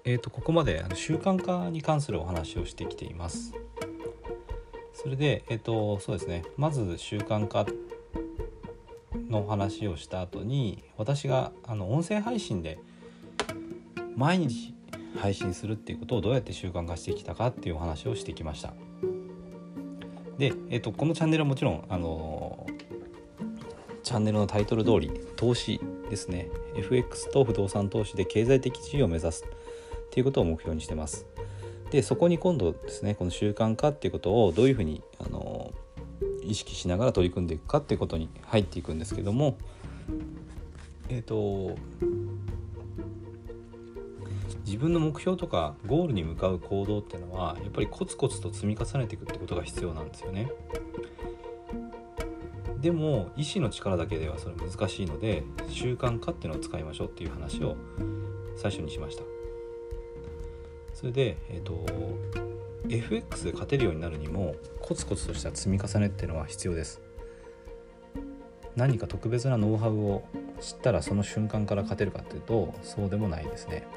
ここまで習慣化に関するお話をしてきています。それで、そうですね、まず習慣化の話をした後に、私が音声配信で毎日配信するっていうことをどうやって習慣化してきたかっていうお話をしてきました。で、このチャンネルはもちろんチャンネルのタイトル通り投資ですね。 FX と不動産投資で経済的自由を目指すっていうことを目標にしてます。でそこに今度ですね、この習慣化っていうことをどういうふうに意識しながら取り組んでいくかっていうことに入っていくんですけども、自分の目標とかゴールに向かう行動っていうのはやっぱりコツコツと積み重ねていくってことが必要なんですよね。でも意志の力だけではそれ難しいので、習慣化っていうのを使いましょうっていう話を最初にしました。それで、FX で勝てるようになるにもコツコツとした積み重ねっていうのは必要です。何か特別なノウハウを知ったらその瞬間から勝てるかっていうと、そうでもないですね。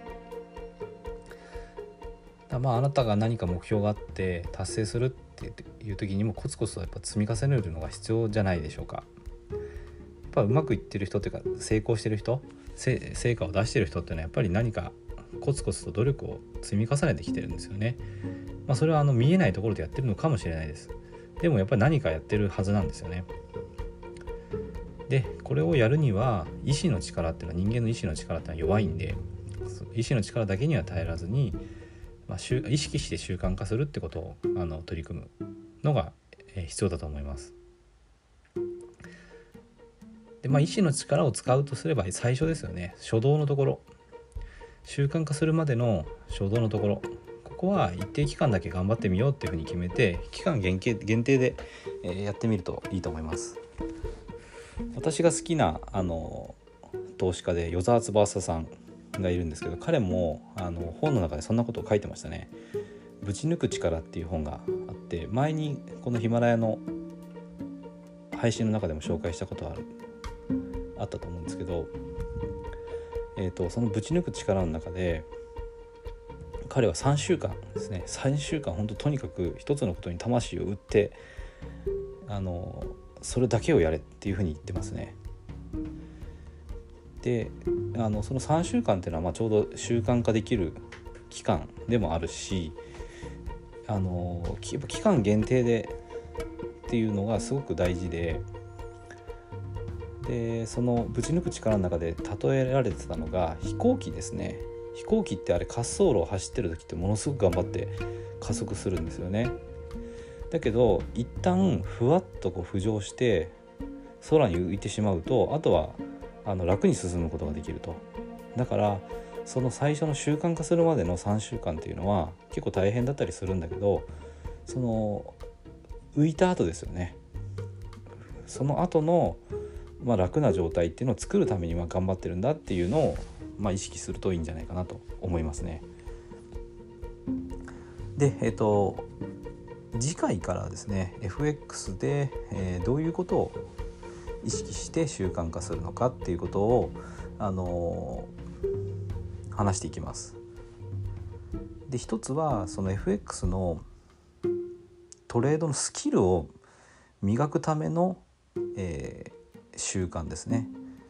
あなたが何か目標があって達成するっていう時にもコツコツとやっぱ積み重ねるのが必要じゃないでしょうか。やっぱうまくいってる人っていうか成功してる人、成果を出してる人っていうのはやっぱり何かコツコツと努力を積み重ねてきてるんですよね。それは見えないところでやってるのかもしれないです。でもやっぱり何かやってるはずなんですよね。でこれをやるには意志の力っていうのは、人間の意志の力っていうのは弱いんで、意志の力だけには頼らずに、意識して習慣化するってことを取り組むのが必要だと思います。で、意志の力を使うとすれば最初ですよね。初動のところ、習慣化するまでの初動のところ、ここは一定期間だけ頑張ってみようっていうふうに決めて、期間限定でやってみるといいと思います。私が好きな投資家で与沢翼さんがいるんですけど、彼も本の中でそんなことを書いてましたね。ぶち抜く力っていう本があって、前にこのヒマラヤの配信の中でも紹介したことあったと思うんですけど、そのぶち抜く力の中で彼は3週間ですね、3週間本当とにかく一つのことに魂を打ってそれだけをやれっていうふうに言ってますね。でその3週間っていうのはちょうど習慣化できる期間でもあるし、期間限定でっていうのがすごく大事で、そのぶち抜く力の中で例えられてたのが飛行機ですね。飛行機ってあれ滑走路を走ってる時ってものすごく頑張って加速するんですよね。だけど一旦ふわっと浮上して空に浮いてしまうと、あとは楽に進むことができると。だからその最初の習慣化するまでの3週間っていうのは結構大変だったりするんだけど、その浮いた後ですよね。その後の楽な状態っていうのを作るために頑張ってるんだっていうのを意識するといいんじゃないかなと思いますね。で、次回からですね FX で、どういうことを意識して習慣化するのかっていうことを、話していきます。で一つはその FX のトレードのスキルを磨くための、習慣ですね。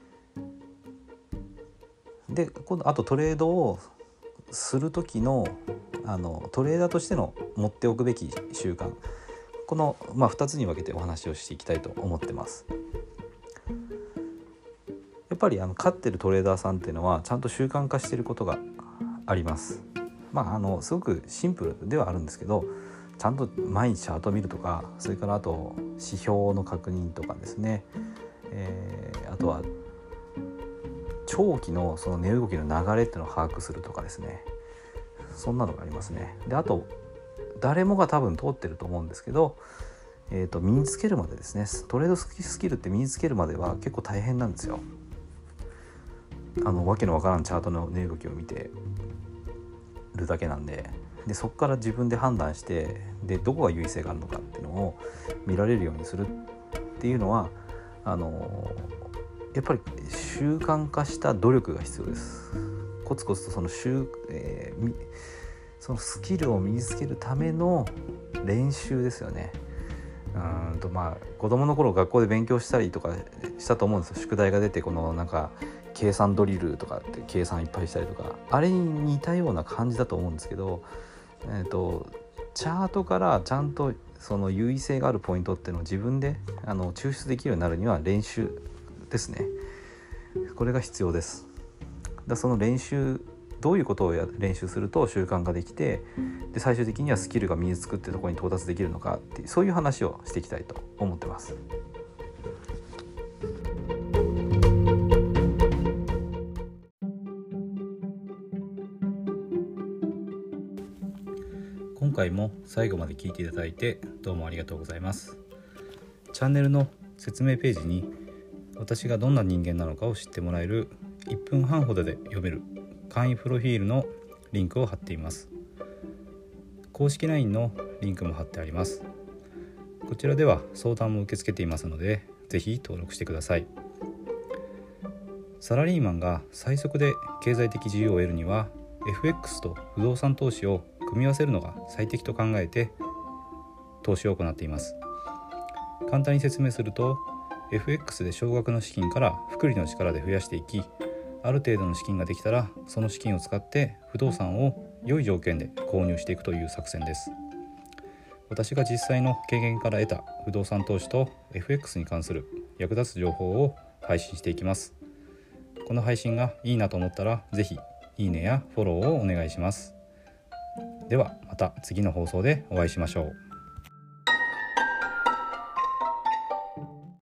で今度あとトレードをする時のトレーダーとしての持っておくべき習慣、この、2つに分けてお話をしていきたいと思ってます。やっぱり勝ってるトレーダーさんっていうのはちゃんと習慣化していることがあります。すごくシンプルではあるんですけど、ちゃんと毎日チャートを見るとか、それからあと指標の確認とかですね、あとは長期のその値動きの流れっていうのを把握するとかですね、そんなのがありますね。であと誰もが多分通ってると思うんですけど、身につけるまでですね、トレードスキルって身につけるまでは結構大変なんですよ。わけのわからんチャートの値動きを見てるだけなんで、そこから自分で判断して、でどこが優位性があるのかっていうのを見られるようにするっていうのはやっぱり習慣化した努力が必要です。 コツコツとそのスキルを身につけるための練習ですよね。子供の頃学校で勉強したりとかしたと思うんですよ。宿題が出てなんか計算ドリルとかって計算いっぱいしたりとか、あれに似たような感じだと思うんですけど、チャートからちゃんとその優位性があるポイントっていうのを自分で抽出できるようになるには練習ですね。これが必要です。その練習、どういうことを練習すると習慣ができて、で最終的にはスキルが身につくっていうところに到達できるのかっていう、そういう話をしていきたいと思ってます。今回も最後まで聞いていただいてどうもありがとうございます。チャンネルの説明ページに私がどんな人間なのかを知ってもらえる1分半ほどで読める簡易プロフィールのリンクを貼っています。公式 LINE のリンクも貼ってあります。こちらでは相談も受け付けていますので、ぜひ登録してください。サラリーマンが最速で経済的自由を得るには FX と不動産投資を組み合わせるのが最適と考えて投資を行っています。簡単に説明すると、 FX で少額の資金から複利の力で増やしていき、ある程度の資金ができたらその資金を使って不動産を良い条件で購入していくという作戦です。私が実際の経験から得た不動産投資と FX に関する役立つ情報を配信していきます。この配信がいいなと思ったら、ぜひいいねやフォローをお願いします。ではまた次の放送でお会いしましょう。